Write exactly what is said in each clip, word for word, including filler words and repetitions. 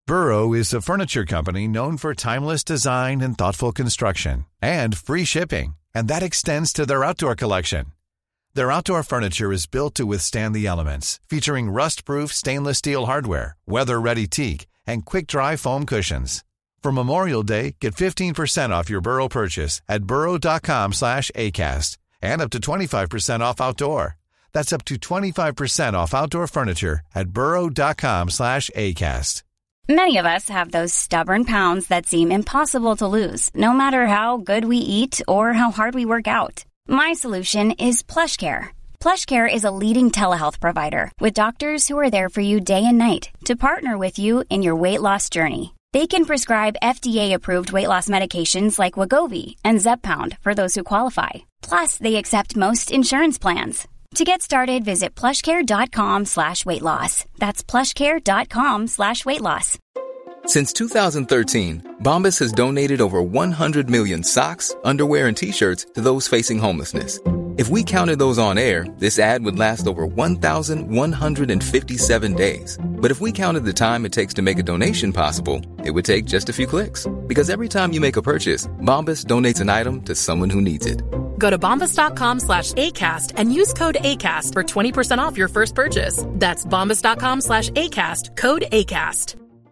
Burrow is a furniture company known for timeless design and thoughtful construction, and free shipping, and that extends to their outdoor collection. Their outdoor furniture is built to withstand the elements, featuring rust-proof stainless steel hardware, weather-ready teak, and quick-dry foam cushions. For Memorial Day, get fifteen percent off your Burrow purchase at burrow.com slash ACAST and up to twenty-five percent off outdoor. That's up to twenty-five percent off outdoor furniture at burrow.com slash ACAST. Many of us have those stubborn pounds that seem impossible to lose, no matter how good we eat or how hard we work out. My solution is PlushCare. PlushCare is a leading telehealth provider with doctors who are there for you day and night to partner with you in your weight loss journey. They can prescribe F D A-approved weight loss medications like Wegovy and Zepbound for those who qualify. Plus, they accept most insurance plans. To get started, visit plushcare.com slash weight loss. That's plushcare.com slash weight loss. Since two thousand thirteen, Bombas has donated over one hundred million socks, underwear, and T-shirts to those facing homelessness. If we counted those on air, this ad would last over one thousand one hundred fifty-seven days. But if we counted the time it takes to make a donation possible, it would take just a few clicks. Because every time you make a purchase, Bombas donates an item to someone who needs it. Go to bombas.com slash ACAST and use code ACAST for twenty percent off your first purchase. That's bombas.com slash ACAST, code ACAST.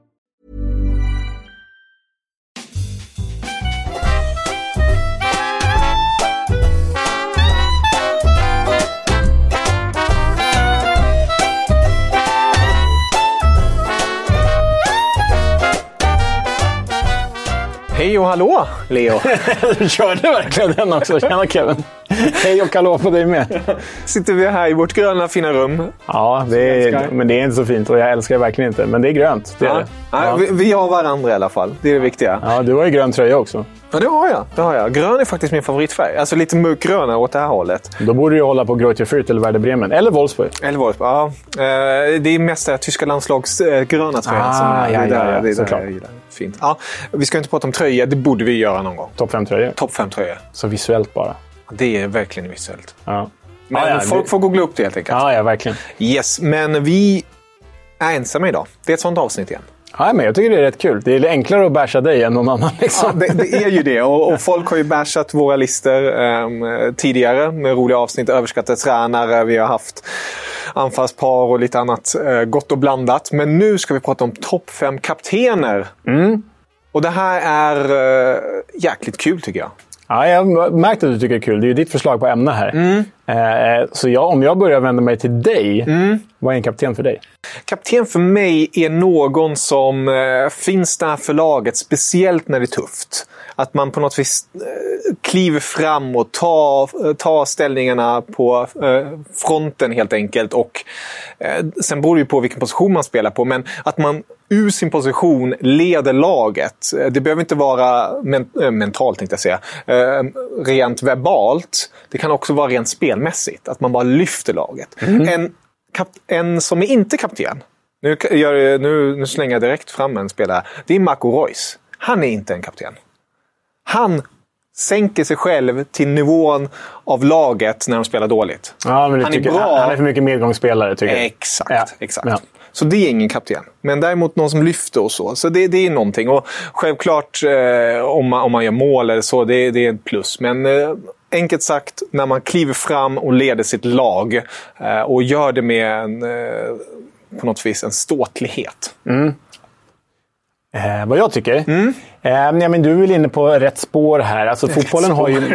Hej och hallå, Leo. Du körde verkligen den också. Tjena Kevin. Hej och hallå på dig med. Sitter vi här i vårt gröna fina rum. Ja, det är, men det är inte så fint och jag älskar det verkligen inte. Men det är grönt, det är ja. det. Ja. Ja, vi, vi har varandra i alla fall, det är det viktiga. Ja, du har ju grön tröja också. Ja, det har jag. Det har jag. Grön är faktiskt min favoritfärg. Alltså lite mörkgröna åt det här hållet. Då borde du hålla på Greuther Fürth eller Werder Bremen. Eller Wolfsburg. Eller Wolfsburg, ja. Det är mest det tyska landslags gröna tröjan ah, som är ja, det där, ja, ja, det är såklart. där jag gillar. Fint. Ja, vi ska inte prata om tröja, det borde vi göra någon gång. Topp fem tröjor. Topp fem tröjor. Så visuellt bara. Det är verkligen visuellt. Ja. Men ja, ja, folk vi... får googla upp det helt enkelt. Ja, ja, verkligen. Yes, men vi är ensamma idag. Det är ett sånt avsnitt igen. Ja, men jag tycker det är rätt kul. Det är enklare att basha dig än någon annan. Liksom. Ja, det, det är ju det. Och, och folk har ju bashat våra listor um, tidigare med roliga avsnitt. Överskattade tränare. Vi har haft anfallspar och lite annat uh, gott och blandat. Men nu ska vi prata om topp fem kaptener. Mm. Och det här är uh, jäkligt kul tycker jag. Ja, jag har märkt att du tycker det är kul. Det är ju ditt förslag på ämne här. Mm. Eh, så jag, om jag börjar vända mig till dig, mm. vad är en kapten för dig? Kapten för mig är någon som eh, finns där för laget, speciellt när det är tufft. Att man på något vis eh, kliver fram och tar, tar ställningarna på eh, fronten helt enkelt. Och eh, sen beror det ju på vilken position man spelar på, men att man ur sin position leder laget. Det behöver inte vara men, äh, mentalt, tänkte jag säga. Äh, rent verbalt. Det kan också vara rent spelmässigt. Att man bara lyfter laget. Mm. En, kap- en som är inte kapten. Nu, gör, nu, nu slänger jag direkt fram en spelare. Det är Marco Reus. Han är inte en kapten. Han sänker sig själv till nivån av laget när de spelar dåligt. Ja, men han, tycker, är bra. han är för mycket medgångsspelare, tycker jag. Exakt, ja. exakt. Ja. Så det är ingen kapten. Men däremot någon som lyfter och så. Så det, det är någonting. Och självklart eh, om, man, om man gör mål eller så, det, det är ett plus. Men eh, enkelt sagt, när man kliver fram och leder sitt lag eh, och gör det med en, eh, på något vis en ståtlighet. Mm. Eh, vad jag tycker? Mm. Eh, ja, men du är väl inne på rätt spår här. Alltså fotbollen har ju...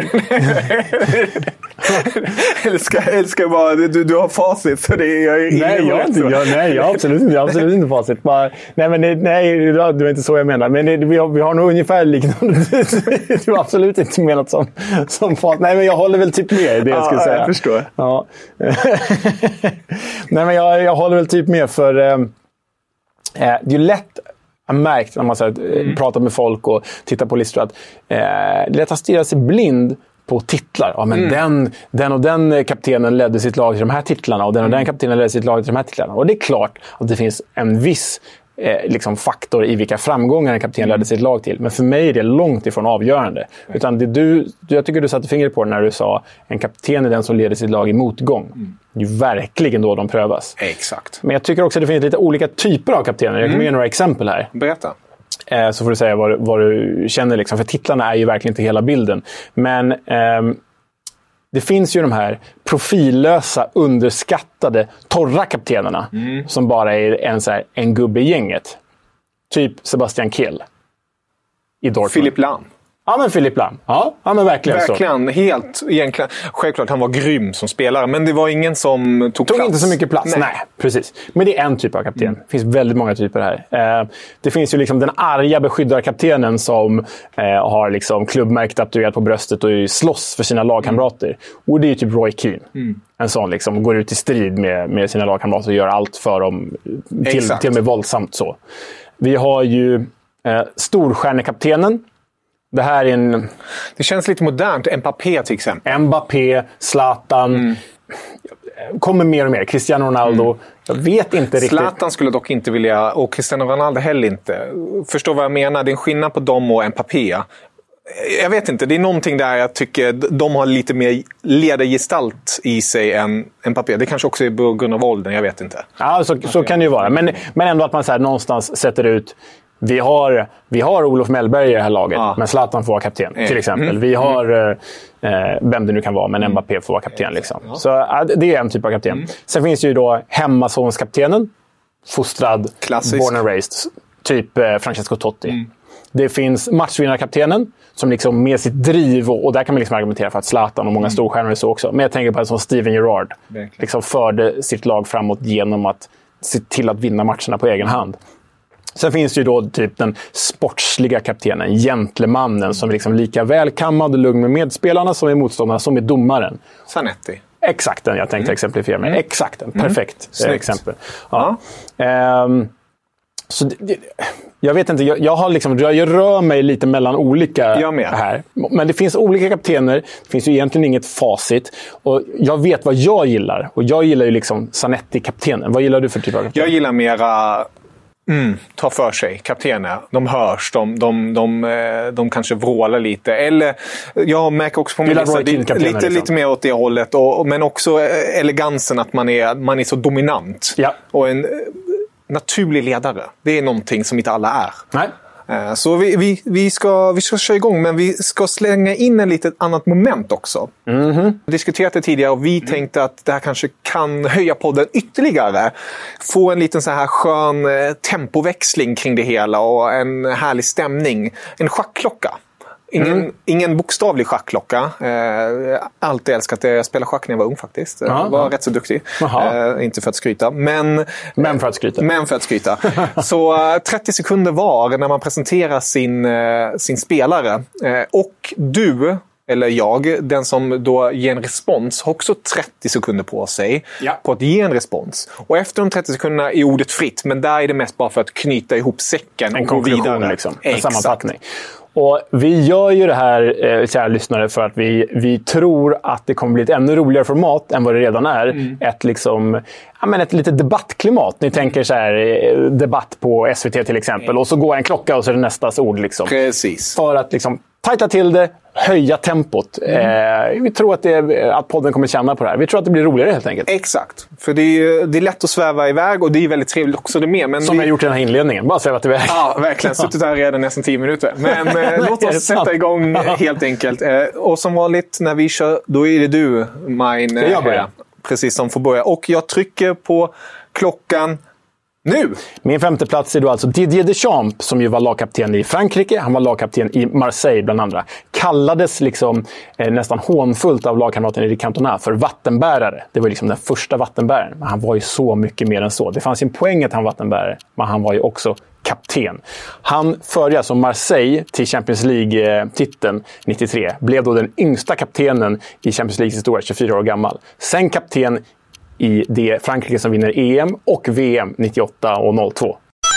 älskar, älskar bara, du, du har facit så det är... Jag, nej, jag, inte, jag, nej, jag har absolut inte, jag har absolut inte facit. Bara, nej, men det, nej, det var inte så jag menar. Men det, vi, har, vi har nog ungefär liknande. Du har absolut inte menat som, som facit. Nej, men jag håller väl typ med i det jag skulle ja, säga. jag förstår. Ja. nej, men jag, jag håller väl typ med för... Eh, det är ju lätt... Jag har märkt när man så här, mm. pratar med folk och tittar på listor att eh, det är lätt att stirra sig blind på titlar. Ja, men mm. den, den och den kaptenen ledde sitt lag till de här titlarna och den och mm. den kaptenen ledde sitt lag till de här titlarna. Och det är klart att det finns en viss eh, liksom faktor i vilka framgångar en kapten ledde sitt lag till. Men för mig är det långt ifrån avgörande. Mm. Utan det du, jag tycker du satte fingret på när du sa en kapten är den som leder sitt lag i motgång. Mm. Det är ju verkligen då de prövas. Exakt. Men jag tycker också att det finns lite olika typer av kaptener. Jag kommer mm. ge några exempel här. Berätta. Eh, så får du säga vad, vad du känner. Liksom. För titlarna är ju verkligen inte hela bilden. Men ehm, det finns ju de här profillösa, underskattade, torra kaptenerna. Mm. Som bara är en, så här, en gubbe i gänget. Typ Sebastian Kehl i Dortmund. Philipp Lahm. Ja, men Philipp Lahm. Ja, ja men verkligen, verkligen så. Helt egentligen. Självklart, han var grym som spelare. Men det var ingen som tog, tog plats. Tog inte så mycket plats. Nej. Nej, precis. Men det är en typ av kapten. Mm. Det finns väldigt många typer här. Eh, det finns ju liksom den arga beskyddarkaptenen som eh, har liksom klubbmärkt tatuerat på bröstet och slåss för sina lagkamrater. Mm. Och det är ju typ Roy Keane. Mm. En sån liksom går ut i strid med, med sina lagkamrater och gör allt för dem. Till, till och med våldsamt så. Vi har ju eh, storstjärnekaptenen. Det här är en... Det känns lite modernt. Mbappé till exempel. Mbappé, Zlatan. Mm. Kommer mer och mer. Cristiano Ronaldo. Mm. Jag vet inte riktigt. Zlatan skulle dock inte vilja... Och Cristiano Ronaldo heller inte. Förstår vad jag menar? Det är en skillnad på dem och Mbappé. Jag vet inte. Det är någonting där jag tycker de har lite mer ledargestalt i sig än Mbappé. Det kanske också är på grund av åldern. Jag vet inte. Ja, så, så kan det ju vara. Men, men ändå att man så här, någonstans sätter ut... Vi har, vi har Olof Mellberg i det här laget, ah. men Zlatan får vara kapten, till exempel. Mm. Vi har, eh, vem det nu kan vara, men mm. Mbappé får vara kapten. Liksom. Ja. Så äh, det är en typ av kapten. Mm. Sen finns det ju då hemmasonskaptenen, fostrad, klassisk. Born and raised, typ eh, Francesco Totti. Mm. Det finns matchvinnarkaptenen, som liksom med sitt driv, och, och där kan man liksom argumentera för att Zlatan och många mm. storstjärnor är så också. Men jag tänker på en som Steven Gerrard. Liksom förde sitt lag framåt genom att se till att vinna matcherna på egen hand. Sen finns det ju då typ den sportsliga kaptenen, gentlemannen, som är liksom lika välkammad och lugn med medspelarna som är motståndarna, som är domaren. Zanetti. Exakt den jag tänkte mm. exemplifiera med. Mm. Exakt den. Perfekt mm. exempel. Ja. Ja. Ehm, så det, det, jag vet inte, jag, jag, har liksom, jag, jag rör mig lite mellan olika här. Men det finns olika kaptener. Det finns ju egentligen inget facit. Och jag vet vad jag gillar. Och jag gillar ju liksom Zanetti-kaptenen. Vad gillar du för typ av kapten? Jag gillar mera... Mm, ta för sig, kaptener. De hörs, de, de, de, de, de kanske vrålar lite. Eller, jag märker också på min lista, lite, liksom. lite mer åt det hållet. Och, men också elegansen att man är, man är så dominant. Ja. Och en naturlig ledare. Det är någonting som inte alla är. Nej. Så vi, vi, vi, ska, vi ska köra igång, men vi ska slänga in en litet annat moment också. Mm-hmm. Vi diskuterade det tidigare och vi mm. tänkte att det här kanske kan höja podden ytterligare. Få en liten så här skön tempoväxling kring det hela och en härlig stämning. En schackklocka. Ingen, mm. ingen bokstavlig schackklocka. Eh, alltid älskat det. Jag spelade schack när jag var ung faktiskt. Jag var rätt så duktig. Eh, inte för att skryta. Men, men för att skryta. Men för att skryta. Så eh, trettio sekunder var när man presenterar sin, eh, sin spelare. Eh, och du, eller jag, den som då ger en respons, har också trettio sekunder på sig ja. på att ge en respons. Och efter de trettio sekunderna är ordet fritt. Men där är det mest bara för att knyta ihop säcken en och gå vidare. Liksom. En Exakt. sammanfattning. Och vi gör ju det här, eh, kära lyssnare, för att vi, vi tror att det kommer bli ett ännu roligare format än vad det redan är. Mm. Ett, liksom, ja, men ett litet debattklimat. Ni tänker så här, debatt på S V T till exempel. Mm. Och så går en klocka och så är det nästas ord. Liksom. Precis. För att liksom tajta till det, höja tempot. Mm. Eh, vi tror att, det, att podden kommer tjäna på det här. Vi tror att det blir roligare helt enkelt. Exakt. För det är, det är lätt att sväva iväg och det är väldigt trevligt också det med. Men Som vi... jag gjort i den här inledningen. Bara svävat iväg. Ja, verkligen. Suttit här redan nästan tio minuter. Men eh, låt oss sätta igång helt enkelt. Eh, och som vanligt när vi kör, då är det du, min eh, jag börjar. Precis, som får börja. Och jag trycker på klockan nu! Min femte plats är då alltså Didier Deschamps, som ju var lagkapten i Frankrike. Han var lagkapten i Marseille bland andra. Kallades liksom eh, nästan hånfullt av lagkamraten Eric Cantona för vattenbärare. Det var liksom den första vattenbäraren. Men han var ju så mycket mer än så. Det fanns ju en poäng att han var vattenbärare, men han var ju också kapten. Han förde alltså Marseille till Champions League-titeln nittiotre. Blev då den yngsta kaptenen i Champions Leagues historia, tjugofyra år gammal. Sen kapten i det Frankrike som vinner E M och V M nittioåtta och noll två.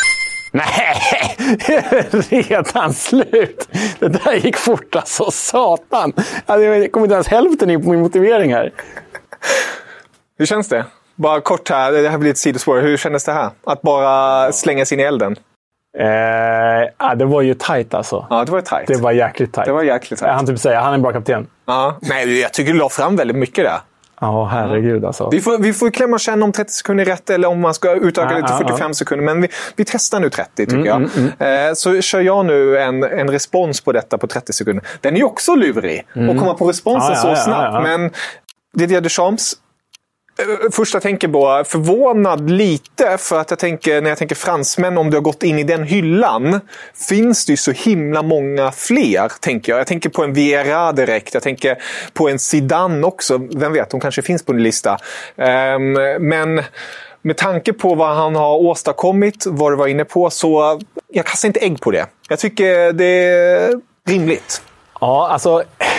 Nej, redan slut. Det där gick fort, alltså satan. Jag kommer inte ens hälften in på min motivering här. Hur känns det? Bara kort här, det här blir ett sidospår. Hur kändes det här? Att bara slänga sig in i elden? Eh, ja, det var ju tajt alltså. Ja, det var tajt. Det var jäkligt tajt. Det var jäkligt tajt. Han typ säger, han är en bra kapten. Ja. Nej, jag tycker du la fram väldigt mycket där. Ja, herregud alltså. Vi får, vi får klämma och känna om trettio sekunder rätt eller om man ska utöka ja, det till fyrtiofem ja. sekunder. Men vi, vi testar nu trettio tycker mm, jag. Mm, mm. Eh, så kör jag nu en, en respons på detta på trettio sekunder. Den är ju också lurig mm. att komma på responsen ja, så ja, snabbt. Ja, ja. Men Didier Deschamps, första tänker bara förvånad lite för att jag tänker, när jag tänker fransmän, om du har gått in i den hyllan finns det ju så himla många fler, tänker jag. Jag tänker på en Vieira direkt, jag tänker på en Zidane också, vem vet, de kanske finns på en lista. Um, men med tanke på vad han har åstadkommit, vad du var inne på, så jag kastar inte ägg på det. Jag tycker det är rimligt. Ja, alltså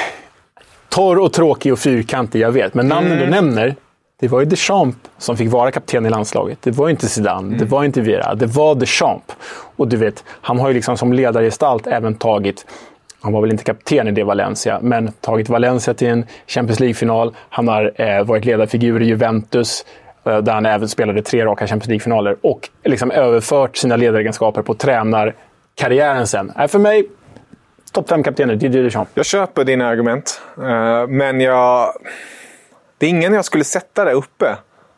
torr och tråkig och fyrkantig, jag vet, men namnen mm. du nämner, det var ju Deschamps som fick vara kapten i landslaget. Det var ju inte Zidane, mm. det var inte Vieira, det var Deschamps. Och du vet, han har ju liksom som ledargestalt även tagit, han var väl inte kapten i det Valencia, men tagit Valencia till en Champions League-final. Han har eh, varit ledarfigur i Juventus, eh, där han även spelade tre raka Champions League-finaler. Och liksom överfört sina ledaregenskaper på tränarkarriären sen. Äh, för mig, topp fem kaptener, Didier Deschamps. Jag köper dina argument, uh, men jag... Det är ingen jag skulle sätta där uppe.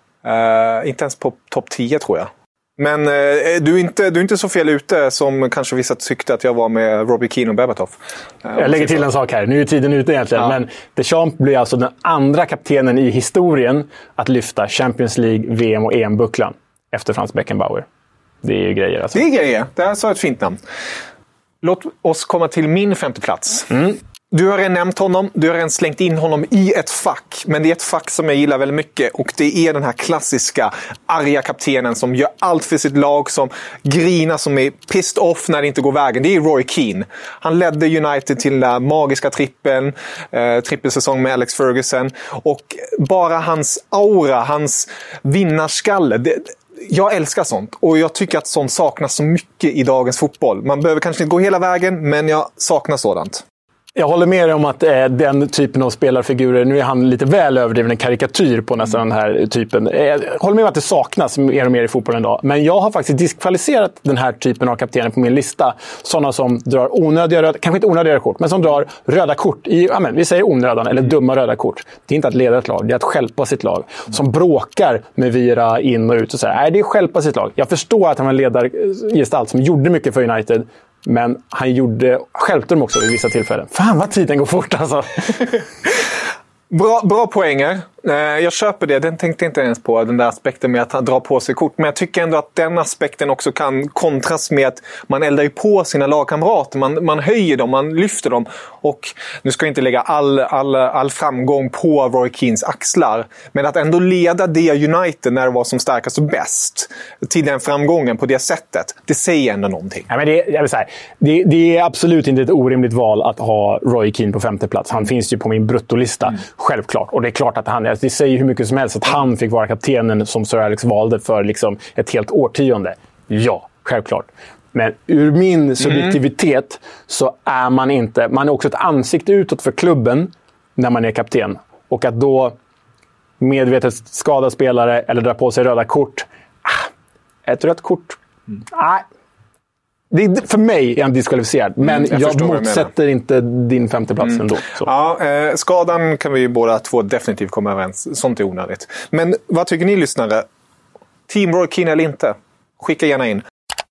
Uh, inte ens på topp tio tror jag. Men uh, du, är inte, du är inte så fel ute som kanske vissa tyckte att jag var med Robbie Keane och Berbatov. Uh, jag lägger till en sak här. Nu är tiden ute egentligen. Ja. Men Deschamps blir alltså den andra kaptenen i historien att lyfta Champions League, V M och E M-bucklan efter Franz Beckenbauer. Det är ju grejer. Alltså. Det är grejer. Det här är ett fint namn. Låt oss komma till min femte plats. Mm. Du har redan nämnt honom, du har redan slängt in honom i ett fack. Men det är ett fack som jag gillar väldigt mycket. Och det är den här klassiska arga kaptenen som gör allt för sitt lag, som grinar, som är pissed off när det inte går vägen. Det är Roy Keane. Han ledde United till den magiska trippeln, eh, trippelsäsong med Alex Ferguson. Och bara hans aura, hans vinnarskalle, det, jag älskar sånt. Och jag tycker att sånt saknas så mycket i dagens fotboll. Man behöver kanske inte gå hela vägen, men jag saknar sådant. Jag håller med dig om att eh, den typen av spelarfigurer, nu är han lite väl överdriven, en karikatyr på nästan den här typen. Eh, jag håller med om att det saknas mer och mer i fotbollen idag. Men jag har faktiskt diskvalificerat den här typen av kaptener på min lista. Sådana som drar onödiga röda, kanske inte onödiga kort, men som drar röda kort. I, ja, men, vi säger onödan eller dumma röda kort. Det är inte att leda ett lag, det är att stjälpa sitt lag. Som bråkar med Vieira in och ut och säger, nej, det är stjälpa sitt lag. Jag förstår att han var en ledargestalt som gjorde mycket för United. Men han gjorde stjälpte dem också vid vissa tillfällen. Fan vad tiden går fort alltså. Bra, bra poänger. Jag köper det. Den tänkte jag inte ens på, den där aspekten med att dra på sig kort. Men jag tycker ändå att den aspekten också kan kontras med att man eldar ju på sina lagkamrater. Man, man höjer dem, man lyfter dem. Och nu ska jag inte lägga all, all, all framgång på Roy Keanes axlar. Men att ändå leda det United när det var som starkast och bäst till den framgången på det sättet, det säger ändå någonting. Ja, men det, jag vill säga, det, det är absolut inte ett orimligt val att ha Roy Keane på femte plats. Han finns ju på min bruttolista, mm. självklart. Och det är klart att han är, det säger hur mycket som helst att han fick vara kaptenen som Sir Alex valde för liksom ett helt årtionde. Ja, självklart. Men ur min subjektivitet mm. så är man inte... Man är också ett ansikte utåt för klubben när man är kapten. Och att då medvetet skada spelare eller dra på sig röda kort. Ah, ett rött kort? Mm. Nej. Det, för mig är han diskvalificerad. Men mm, jag, jag motsätter inte din femte plats mm. ändå. Så. Ja, eh, skadan kan vi båda två definitivt komma överens. Sånt är onödigt. Men vad tycker ni lyssnare? Team Roy Keane eller inte? Skicka gärna in.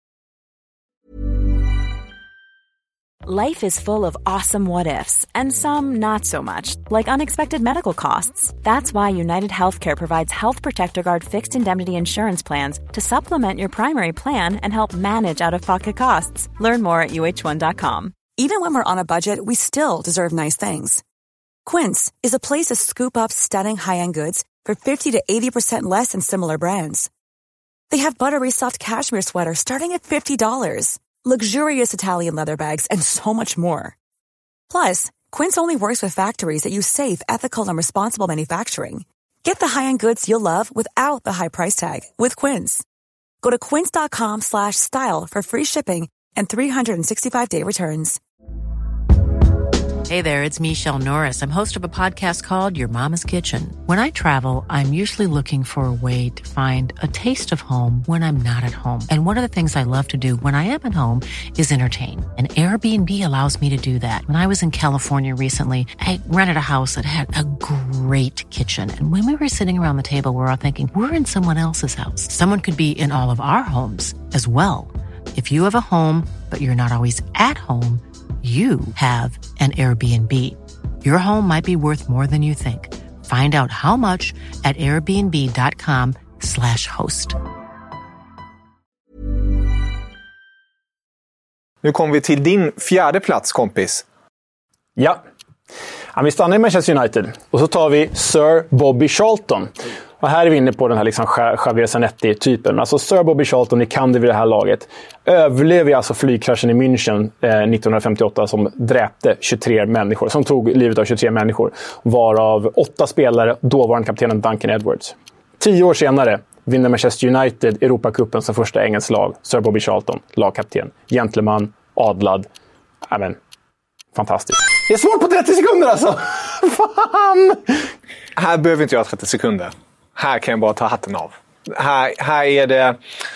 Life is full of awesome what-ifs, and some not so much, like unexpected medical costs. That's why United Healthcare provides Health Protector Guard fixed indemnity insurance plans to supplement your primary plan and help manage out-of-pocket costs. Learn more at U H one dot com. Even when we're on a budget, we still deserve nice things. Quince is a place to scoop up stunning high-end goods for fifty to eighty percent less than similar brands. They have buttery soft cashmere sweaters starting at fifty dollars. Luxurious Italian leather bags, and so much more. Plus, Quince only works with factories that use safe, ethical, and responsible manufacturing. Get the high-end goods you'll love without the high price tag with Quince. Go to quince.com slash style for free shipping and three sixty-five day returns. Hey there, it's Michelle Norris. I'm host of a podcast called Your Mama's Kitchen. When I travel, I'm usually looking for a way to find a taste of home when I'm not at home. And one of the things I love to do when I am at home is entertain. And Airbnb allows me to do that. When I was in California recently, I rented a house that had a great kitchen. And when we were sitting around the table, we were all thinking, we're in someone else's house. Someone could be in all of our homes as well. If you have a home, but you're not always at home, you have an Airbnb. Your home might be worth more than you think. Find out how much at airbnb.com slash host. Nu kommer vi till din fjärde plats, kompis. Ja. ja vi stannar i Manchester United. Och så tar vi Sir Bobby Charlton. Och här är vi inne på den här liksom Javier Zanetti-typen. Alltså Sir Bobby Charlton, ni kan det vid det här laget. Överlever alltså flygkraschen i München eh, nittonhundrafemtioåtta som dräpte tjugotre människor. Som tog livet av tjugotre människor. Varav åtta spelare, dåvarande kaptenen Duncan Edwards. Tio år senare vinner Manchester United Europacupen som första engelsk lag. Sir Bobby Charlton, lagkapten. Gentleman, adlad. Amen. Fantastiskt. Det är svårt på trettio sekunder alltså. Fan! Här behöver inte jag trettio sekunder. Här kan jag bara ta hatten av. Här, här är det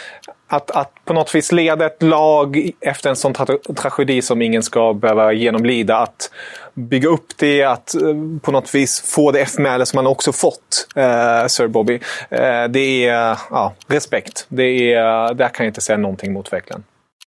att, att på något vis leda ett lag efter en sån tra- tragedi som ingen ska behöva genomlida. Att bygga upp det, att på något vis få det eftermäle som man också fått, eh, Sir Bobby. Eh, det är ja, respekt. Det är, där kan jag inte säga någonting mot verkligen.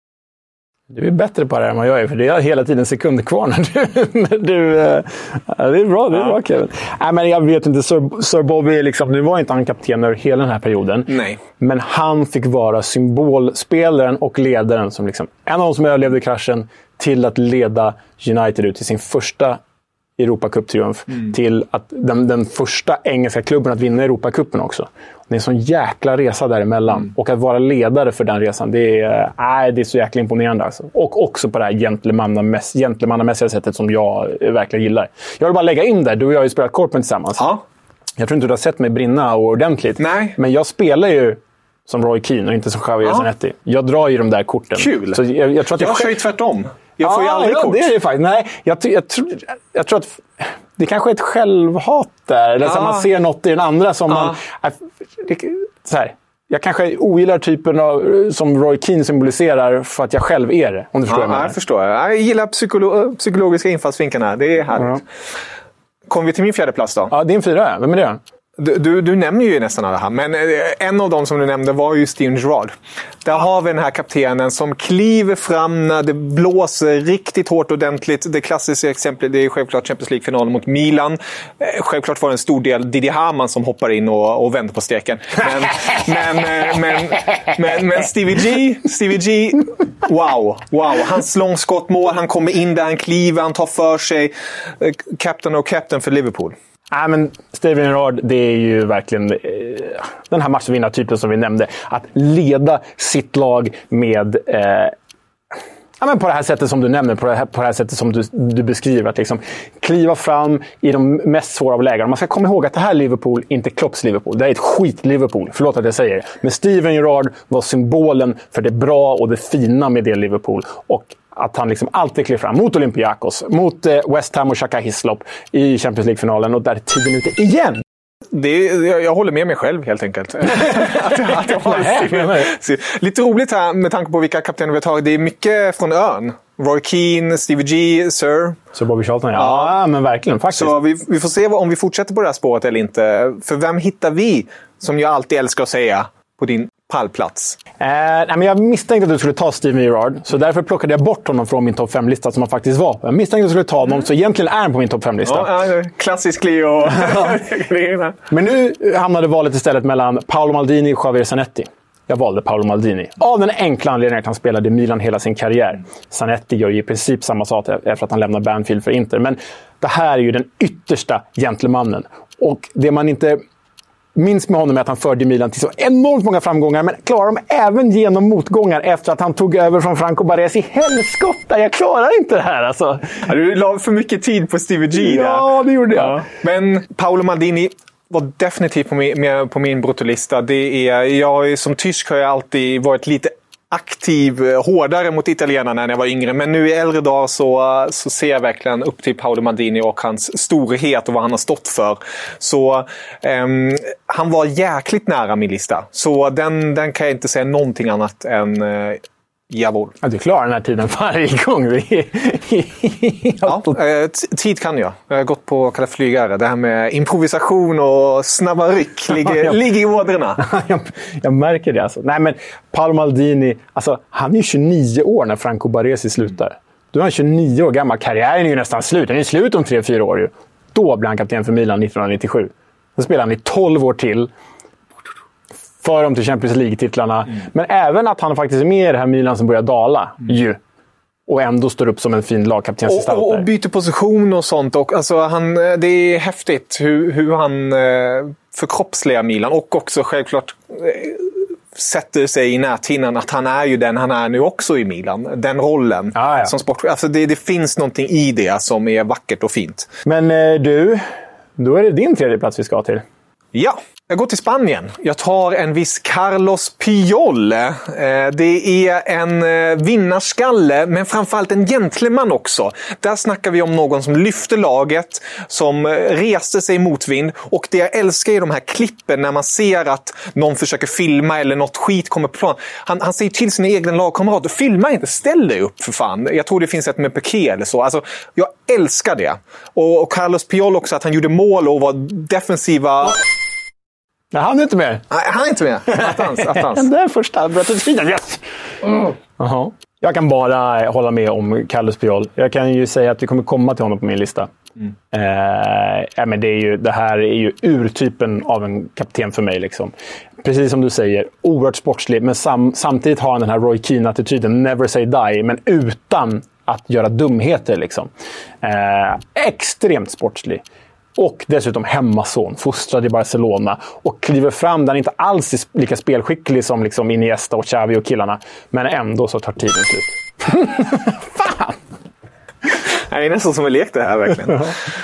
Du är bättre på det här än vad jag är, för det är hela tiden sekunder kvar när du... När du äh, det är bra, det är ja. bra Kevin. Nej, men jag vet inte, Sir, Sir Bobby, liksom, nu var inte han kapten över hela den här perioden. Nej. Men han fick vara symbolspelaren och ledaren, som liksom, en av dem som överlevde kraschen, till att leda United ut till sin första Europacup-triumf. Mm. Till att den, den första engelska klubben att vinna Europacupen också. Det är en sån jäkla resa däremellan. Mm. Och att vara ledare för den resan, det är, äh, det är så jäkla imponerande. Alltså. Och också på det här gentlemannamäss- gentlemannamässiga sättet som jag verkligen gillar. Jag vill bara lägga in där, du och jag har ju spelat korpen tillsammans. Ja. Jag tror inte du har sett mig brinna ordentligt. Nej. Men jag spelar ju som Roy Keane och inte som Javier ja. Zanetti. Jag drar ju de där korten. Kul! Så jag, jag tror att jag, jag kör ju tvärtom. Jag får ja, ju aldrig ja, kort. Det är det faktiskt. Nej, jag, jag, jag, tror, jag tror att det kanske är ett självhat där. Eller så ah. man ser något i den andra som ah. man... Det, så här, jag kanske ogillar typen av, som Roy Keane symboliserar för att jag själv är det. Om du förstår ja, vad jag menar. Jag förstår. Jag gillar psykolo- psykologiska infallsvinklarna. Det är härligt. Ja. Kommer vi till min fjärde plats då? Ja, din fyra. Vem är det? Du, du, du nämner ju nästan alla här, men en av dem som du nämnde var ju Steven Gerrard. Där har vi den här kaptenen som kliver fram när det blåser riktigt hårt och ordentligt. Det klassiska exemplet, det är självklart Champions League-finalen mot Milan. Självklart var det en stor del Didier Hamann som hoppar in och, och vänder på steken. Men, men, men, men, men Stevie G, Stevie G, wow, wow. Hans långskottmål, han kommer in där, han kliver, han tar för sig. Captain och captain för Liverpool. Nej, men Steven Gerrard, det är ju verkligen eh, den här matchvinnartypen som vi nämnde. Att leda sitt lag med... Eh, ja, men på det här sättet som du nämner, på det här, på det här sättet som du, du beskriver. Att liksom kliva fram i de mest svåra av lägen. Man ska komma ihåg att det här Liverpool inte är Klopps Liverpool. Det är ett skit-Liverpool. Förlåt att jag säger det. Men Steven Gerrard var symbolen för det bra och det fina med det Liverpool. Och att han liksom alltid klev fram mot Olympiakos, mot eh, West Ham och Xhaka Hislop i Champions League-finalen, och där är tiden ute igen. Det är, jag, jag håller med mig själv helt enkelt. att, att jag har lite roligt här med tanke på vilka kaptener vi har tagit. Det är mycket från ön. Roy Keane, Stevie G, Sir. Så Bobby Charlton, ja. ja. men verkligen faktiskt. Så vi, vi får se om vi fortsätter på det här spåret eller inte. För vem hittar vi, som jag alltid älskar att säga, på din pallplats? Eh, nej, men jag misstänkte att du skulle ta Steven Gerrard, så därför plockade jag bort honom från min topp fem-lista som han faktiskt var. Jag misstänkte att du skulle ta honom, så egentligen är han på min topp fem-lista. Ja, klassisk Leo. Men nu hamnade valet istället mellan Paolo Maldini och Javier Zanetti. Jag valde Paolo Maldini. Av den enkla anledningen att han spelade i Milan hela sin karriär. Zanetti gör ju i princip samma sak efter att han lämnar Banfield för Inter. Men det här är ju den yttersta gentlemannen. Och det man inte minns med honom är att han förde Milan till så enormt många framgångar, men klarar de även genom motgångar efter att han tog över från Franco Baresi. Helskotta, jag klarar inte det här alltså. Ja, du la för mycket tid på Stevie G där. Ja, det gjorde jag. Ja. Men Paolo Maldini var definitivt på min, med på min bruttolista. Det är, jag, som tysk har jag alltid varit lite aktiv, hårdare mot italienarna när jag var yngre. Men nu i äldre dag så, så ser jag verkligen upp till Paolo Maldini och hans storhet och vad han har stått för. Så eh, han var jäkligt nära min lista. Så den, den kan jag inte säga någonting annat än eh, jawohl. Ja, du klarar den här tiden varje gång. Ja, eh, tid kan jag. Jag har gått på kalla flygare. Det här med improvisation och snabba ryck ligger, ja. ligger i ådrorna. jag, jag märker det alltså. Nej, men Paolo Maldini, alltså, han är ju tjugonio år när Franco Baresi slutar. Då är han tjugonio år gammal. Karriären är ju nästan slut. Den är slut om tre fyra år ju. Då blir han kapten för Milan nittonhundranittiosju. Då spelar han i tolv år till. För dem till Champions League-titlarna. Mm. Men även att han faktiskt är med i det här Milan som börjar dala. Mm. Ju. Och ändå står upp som en fin lagkaptensgestalt. Och, och, och byter position och sånt. Och, alltså, han, det är häftigt hur, hur han eh, förkroppsligar Milan. Och också självklart eh, sätter sig i näthinnan att han är ju den han är nu också i Milan. Den rollen. Ah, ja. Som sport. Alltså, det, det finns någonting i det som är vackert och fint. Men eh, du, då är det din tredje plats vi ska till. Ja. Jag går till Spanien. Jag tar en viss Carlos Puyol. Det är en vinnarskalle, men framförallt en gentleman också. Där snackar vi om någon som lyfte laget, som reste sig i motvind. Och det jag älskar är de här klippen när man ser att någon försöker filma eller något skit kommer på plan. Han, han säger till sina egna lagkamrater, filma inte, ställ dig upp för fan. Jag tror det finns ett med Piqué eller så. Alltså, jag älskar det. Och, och Carlos Puyol också, att han gjorde mål och var defensiva... Nej, han är inte med. Nej, han är inte med. Attans, attans. Den där första bröttetiden, yes! Mm. Jaha. Jag kan bara hålla med om Carlos Puyol. Jag kan ju säga att vi kommer komma till honom på min lista. Mm. Eh, ja, men det, är ju, det här är ju urtypen av en kapten för mig. Liksom. Precis som du säger, oerhört sportslig. Men sam, samtidigt har han den här Roy Keane-attityden, never say die. Men utan att göra dumheter. Liksom. Eh, extremt sportslig. Och dessutom hemmason, fostrad i Barcelona. Och kliver fram där han inte alls är lika spelskicklig som liksom Iniesta och Xavi och killarna. Men ändå så tar tiden slut. Fan! Det är nästan som en lek det här verkligen.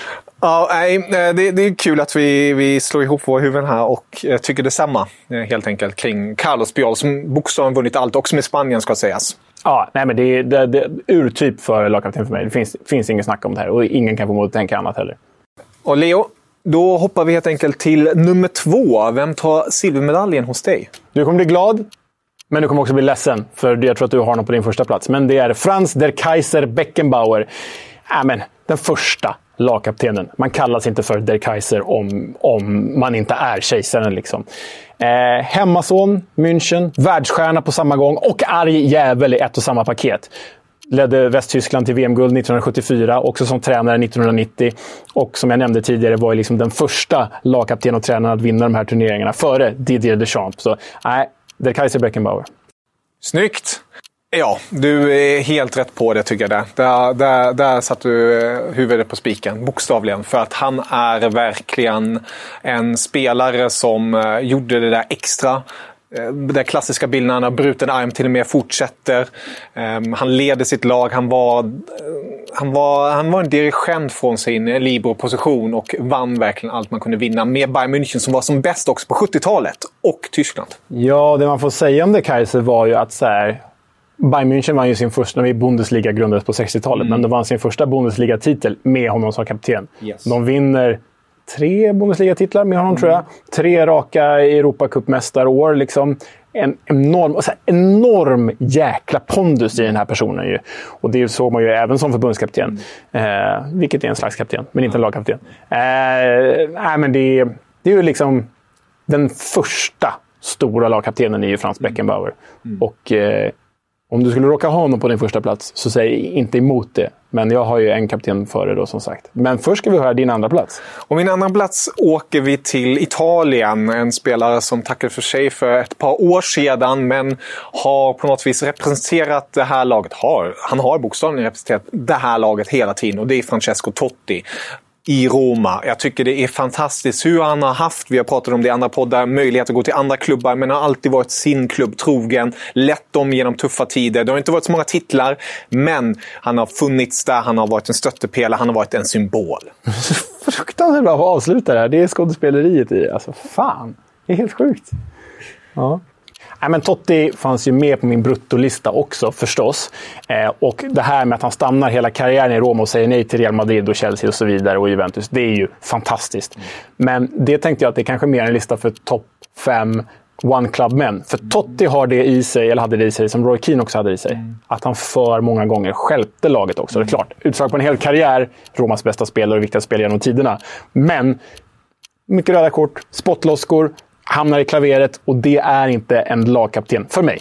Ja, nej, det, det är kul att vi, vi slår ihop våra huvuden här och tycker detsamma helt enkelt kring Carlos Puyol som bokstavligen vunnit allt, också med Spanien ska sägas. Ja, nej, men det är, det, det är urtyp för lagkapten för mig. Det finns, finns ingen snack om det här och ingen kan få emot att tänka annat heller. Och Leo, då hoppar vi helt enkelt till nummer två. Vem tar silvermedaljen hos dig? Du kommer bli glad, men du kommer också bli ledsen. För jag tror att du har honom på din första plats. Men det är Franz der Kaiser Beckenbauer. Äh, men, den första lagkaptenen. Man kallas inte för der Kaiser om, om man inte är kejsaren. Liksom. Eh, hemmason, München, världsstjärna på samma gång och arg jävel i ett och samma paket. Ledde Västtyskland till V M-guld nittonhundrasjuttiofyra, också som tränare nittonhundranittio. Och som jag nämnde tidigare var liksom den första lagkapten och tränaren att vinna de här turneringarna före Didier Deschamps. Så nej, der Kaiser Beckenbauer. Snyggt! Ja, du är helt rätt på det tycker jag. Där, där, där, där satt du huvudet på spiken, bokstavligen. För att han är verkligen en spelare som gjorde det där extra. Den där klassiska bilden, han har bruten arm till och med fortsätter. Um, han leder sitt lag. Han var, uh, han var, han var en dirigent från sin libero-position och vann verkligen allt man kunde vinna med Bayern München som var som bäst också på sjuttiotalet och Tyskland. Ja, det man får säga om det Kaiser var ju att så här, Bayern München vann ju sin första, när Bundesliga grundades på sextiotalet, mm. men de vann sin första Bundesliga-titel med honom som kapten. Yes. De vinner tre Bundesliga-titlar med honom, mm. tror jag. Tre raka Europacup-mästarår. Liksom. En enorm, alltså, enorm jäkla pondus i den här personen. Ju. Och det såg man ju även som förbundskapten. Mm. Eh, vilket är en slags kapten, men inte en lagkapten. Eh, nej, men det, det är ju liksom den första stora lagkaptenen är ju Franz Beckenbauer. Mm. Och eh, om du skulle råka ha honom på din första plats så säg inte emot det. Men jag har ju en kapten före då som sagt. Men först ska vi höra din andra plats. Och min andra plats åker vi till Italien. En spelare som tackade för sig för ett par år sedan. Men har på något vis representerat det här laget. Har, han har bokstavligen representerat det här laget hela tiden. Och det är Francesco Totti i Roma. Jag tycker det är fantastiskt hur han har haft, vi har pratat om det i andra poddar, möjlighet att gå till andra klubbar, men har alltid varit sin klubb trogen, lett dem genom tuffa tider. Det har inte varit så många titlar, men han har funnits där, han har varit en stöttepelare, han har varit en symbol. Fruktansvärt bra att avsluta det här. Det är skådespeleriet i. Alltså fan, det är helt sjukt. Ja. Nej, men Totti fanns ju med på min bruttolista också förstås. Eh, och det här med att han stannar hela karriären i Roma och säger nej till Real Madrid och Chelsea och så vidare och Juventus, det är ju fantastiskt. Mm. Men det tänkte jag att det är kanske mer en lista för topp fem One Club-män. För Totti har det i sig, eller hade det i sig, som Roy Keane också hade det i sig. Mm. Att han för många gånger stjälpte laget också. Mm. Det är klart, utslag på en hel karriär, Romas bästa spelare och viktigaste spelare genom tiderna. Men mycket röda kort, spottloskor, hamnar i klaveret och det är inte en lagkapten för mig.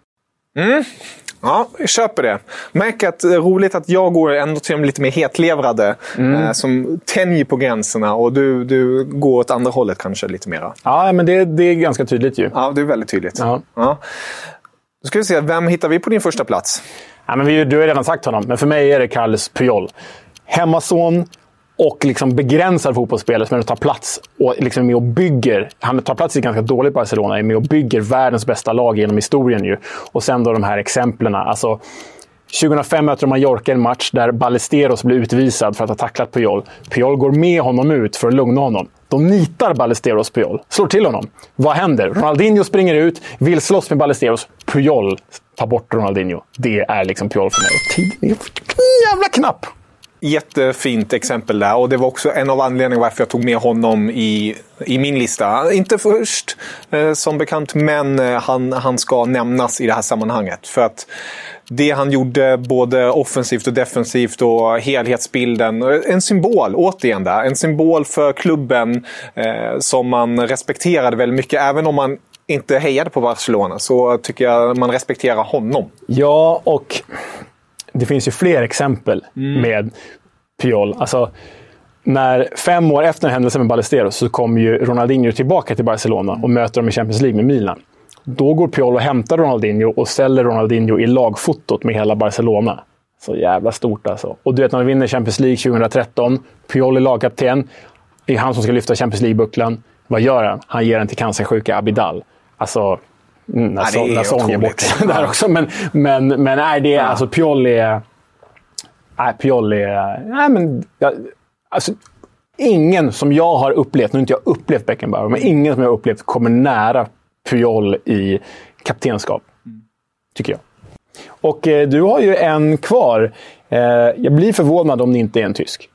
Mm. Ja, jag köper det. Märker att det är roligt att jag går ändå till lite mer hetlevrade mm. eh, som tänjer på gränserna och du, du går åt andra hållet kanske lite mera. Ja, men det, det är ganska tydligt ju. Ja, det är väldigt tydligt. Ja. Ja. Då ska vi se, vem hittar vi på din första plats? Ja, men vi, du har redan sagt honom, men för mig är det Carles Puyol. Hemmason och liksom begränsar fotbollsspelare som tar plats och liksom är med och bygger. Han tar plats i ganska dåligt Barcelona, är med och bygger världens bästa lag genom historien ju. Och sen då de här exemplen. Alltså, tjugohundrafem möter Mallorca en match där Ballesteros blir utvisad för att ha tacklat Puyol. Puyol går med honom ut för att lugna honom. De nitar Ballesteros Puyol, slår till honom. Vad händer? Ronaldinho springer ut, vill slåss med Ballesteros. Puyol tar bort Ronaldinho. Det är liksom Puyol för mig. Tiden är jävla knapp. Jättefint exempel där. Och det var också en av anledningarna varför jag tog med honom i, i min lista. Inte först eh, som bekant, men eh, han, han ska nämnas i det här sammanhanget. För att det han gjorde både offensivt och defensivt och helhetsbilden. En symbol, återigen där. En symbol för klubben eh, som man respekterade väldigt mycket. Även om man inte hejade på Barcelona så tycker jag man respekterar honom. Ja, och det finns ju fler exempel mm. med Puyol. Alltså, när fem år efter händelsen med Ballesteros så kom ju Ronaldinho tillbaka till Barcelona och möter dem i Champions League med Milan. Då går Puyol och hämtar Ronaldinho och ställer Ronaldinho i lagfotot med hela Barcelona. Så jävla stort alltså. Och du vet när de vinner Champions League tjugohundratretton, Puyol är lagkapten. Det är han som ska lyfta Champions League-bucklan. Vad gör han? Han ger den till cancersjuka Abidal. Alltså, Mm, när, ja, så, när sång är bort där också. Men, men, men nej, det är, ja. alltså, Puyol är... Nej, Puyol är... Nej, men... Jag, alltså, ingen som jag har upplevt, nu har inte jag upplevt Beckenbauer, men ingen som jag har upplevt kommer nära Puyol i kaptenskap. Tycker jag. Och eh, du har ju en kvar. Eh, jag blir förvånad om det inte är en tysk.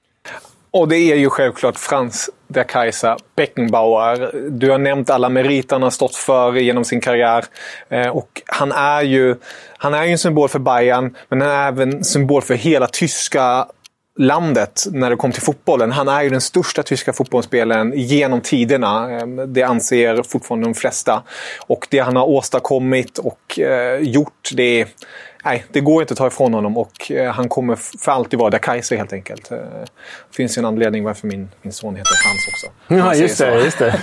Och det är ju självklart Franz der Kaiser Beckenbauer. Du har nämnt alla meriter han har stått för genom sin karriär. Eh, och han är ju han är ju en symbol för Bayern, men han är även en symbol för hela tyska landet när det kom till fotbollen. Han är ju den största tyska fotbollsspelaren genom tiderna. Eh, det anser fortfarande de flesta. Och det han har åstadkommit och eh, gjort, det är... Nej, det går inte att ta ifrån honom och eh, han kommer för alltid vara där Kaiser helt enkelt. Det eh, finns ju en anledning varför min, min son heter Frans också. Ja, just det, just det.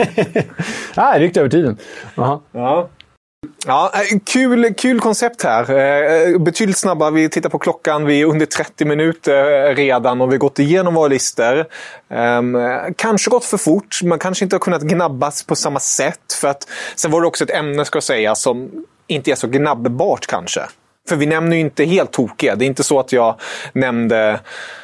Ja, ryckt över tiden. Aha. Ja. Ja, kul, kul koncept här. Eh, betydligt snabbare. Vi tittar på klockan. Vi är under trettio minuter redan och vi har gått igenom våra listor. Eh, kanske gått för fort. Man kanske inte har kunnat gnabbas på samma sätt. För att, sen var det också ett ämne, ska jag säga, som inte är så gnabbart kanske. För vi nämner ju inte helt tokiga. Det är inte så att jag nämnde...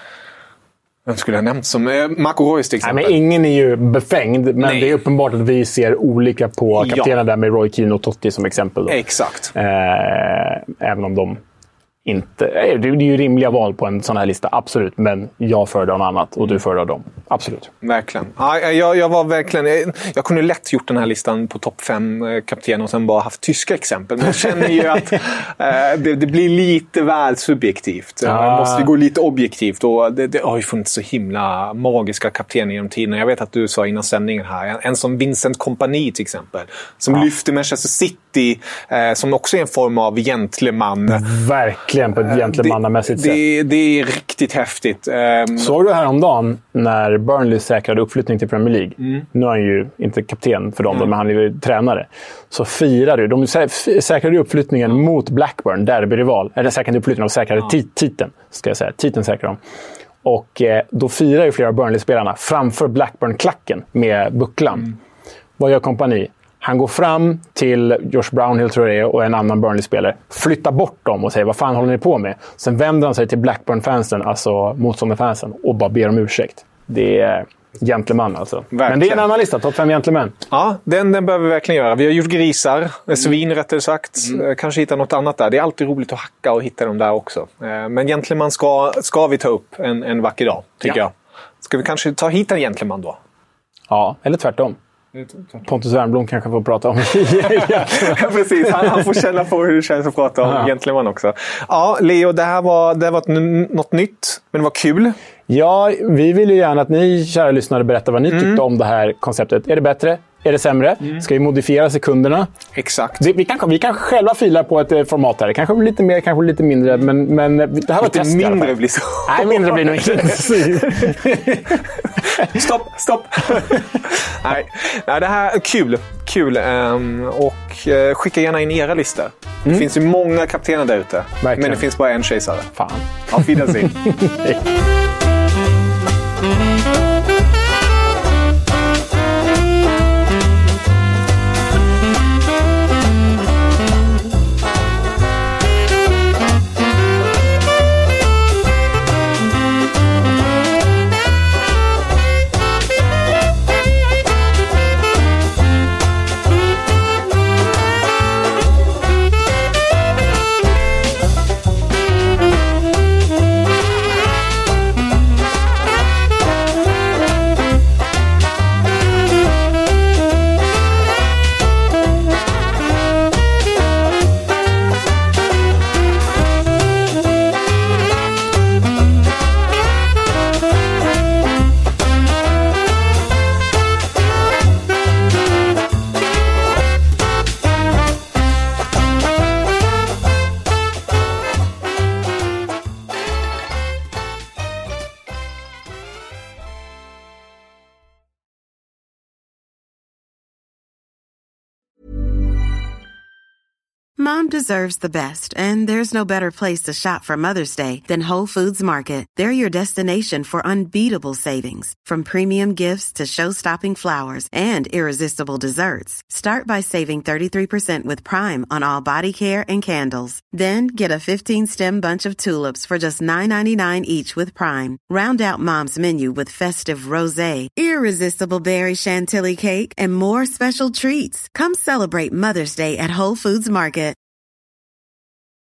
Vem skulle jag nämnt som eh, Marco Reus till exempel? Nej, men ingen är ju befängd. Men Nej. det är uppenbart att vi ser olika på kaptenerna ja. där med Roy Keane och Totti som exempel. Då. Exakt. Eh, även om de inte... Eh, det är ju rimliga val på en sån här lista, absolut. Men jag föredrar något annat och du föredrar dem. Absolut. Verkligen. Ja, jag, jag var verkligen... Jag kunde lätt gjort den här listan på topp fem kaptener och sen bara haft tyska exempel. Men jag känner ju att eh, det, det blir lite väl subjektivt. Ja. Man måste gå lite objektivt. Och det, det har ju funnits så himla magiska kaptener genom tiden. Jag vet att du sa innan sändningen här. En, en som Vincent Kompany till exempel. Som ja. lyfter Manchester City. Eh, som också är en form av gentleman. Verkligen. På ett gentlemannamässigt sätt. Det, det är riktigt häftigt. Um... Såg du häromdagen när Burnley säkrade uppflyttning till Premier League? Mm. Nu är han ju inte kapten för dem, mm. men han är ju tränare. Så firade de säkrade uppflyttningen mm. mot Blackburn, derbyrival. Eller säkrade uppflyttningen och säkrade mm. tit- titeln, ska jag säga. Titeln säkrade de. Och eh, då firar ju flera Burnley-spelarna framför Blackburn-klacken med bucklan. Mm. Vad gör Kompany? Han går fram till Josh Brownhill, tror jag det är, och en annan Burnley-spelare. Flyttar bort dem och säger, vad fan håller ni på med? Sen vänder han sig till Blackburn-fansen, alltså motståndarfansen, och bara ber om ursäkt. Det är, gentleman alltså. Verkligen. Men det är en annan lista, topp fem gentleman. Ja, den, den behöver vi verkligen göra. Vi har gjort grisar, mm. svin rättare sagt. Mm. Kanske hitta något annat där. Det är alltid roligt att hacka och hitta dem där också. Men gentleman ska, ska vi ta upp en, en vacker dag, tycker ja. jag. Ska vi kanske ta hit en gentleman då? Ja, eller tvärtom. Pontus Wernbloom kanske får prata om ja, precis, han, han får känna på hur det känns att prata om ja. gentleman också. Ja, Leo, det här var, det här var ett, något nytt, men det var kul. Ja, vi vill ju gärna att ni, kära lyssnare, berättar vad ni mm. tyckte om det här konceptet. Är det bättre? Är det sämre? Mm. Ska vi modifiera sekunderna? Exakt. Det, vi, kan, vi kan själva fila på ett eh, format här. Det kanske blir lite mer, kanske lite mindre. Men, men det här var lite test. Mindre blir så. Nej, mindre blir nog inte. stopp, stopp. Nej. Nej, det här är kul. Kul. Um, och uh, skicka gärna in era listor. Mm. Det finns ju många kaptener där ute. Verkligen. Men det finns bara en kejsare. Fan. Auf Wiedersehen. Mom deserves the best, and there's no better place to shop for Mother's Day than Whole Foods Market. They're your destination for unbeatable savings, from premium gifts to show-stopping flowers and irresistible desserts. Start by saving thirty-three percent with Prime on all body care and candles. Then get a fifteen-stem bunch of tulips for just nine ninety-nine each with Prime. Round out Mom's menu with festive rosé, irresistible berry chantilly cake, and more special treats. Come celebrate Mother's Day at Whole Foods Market.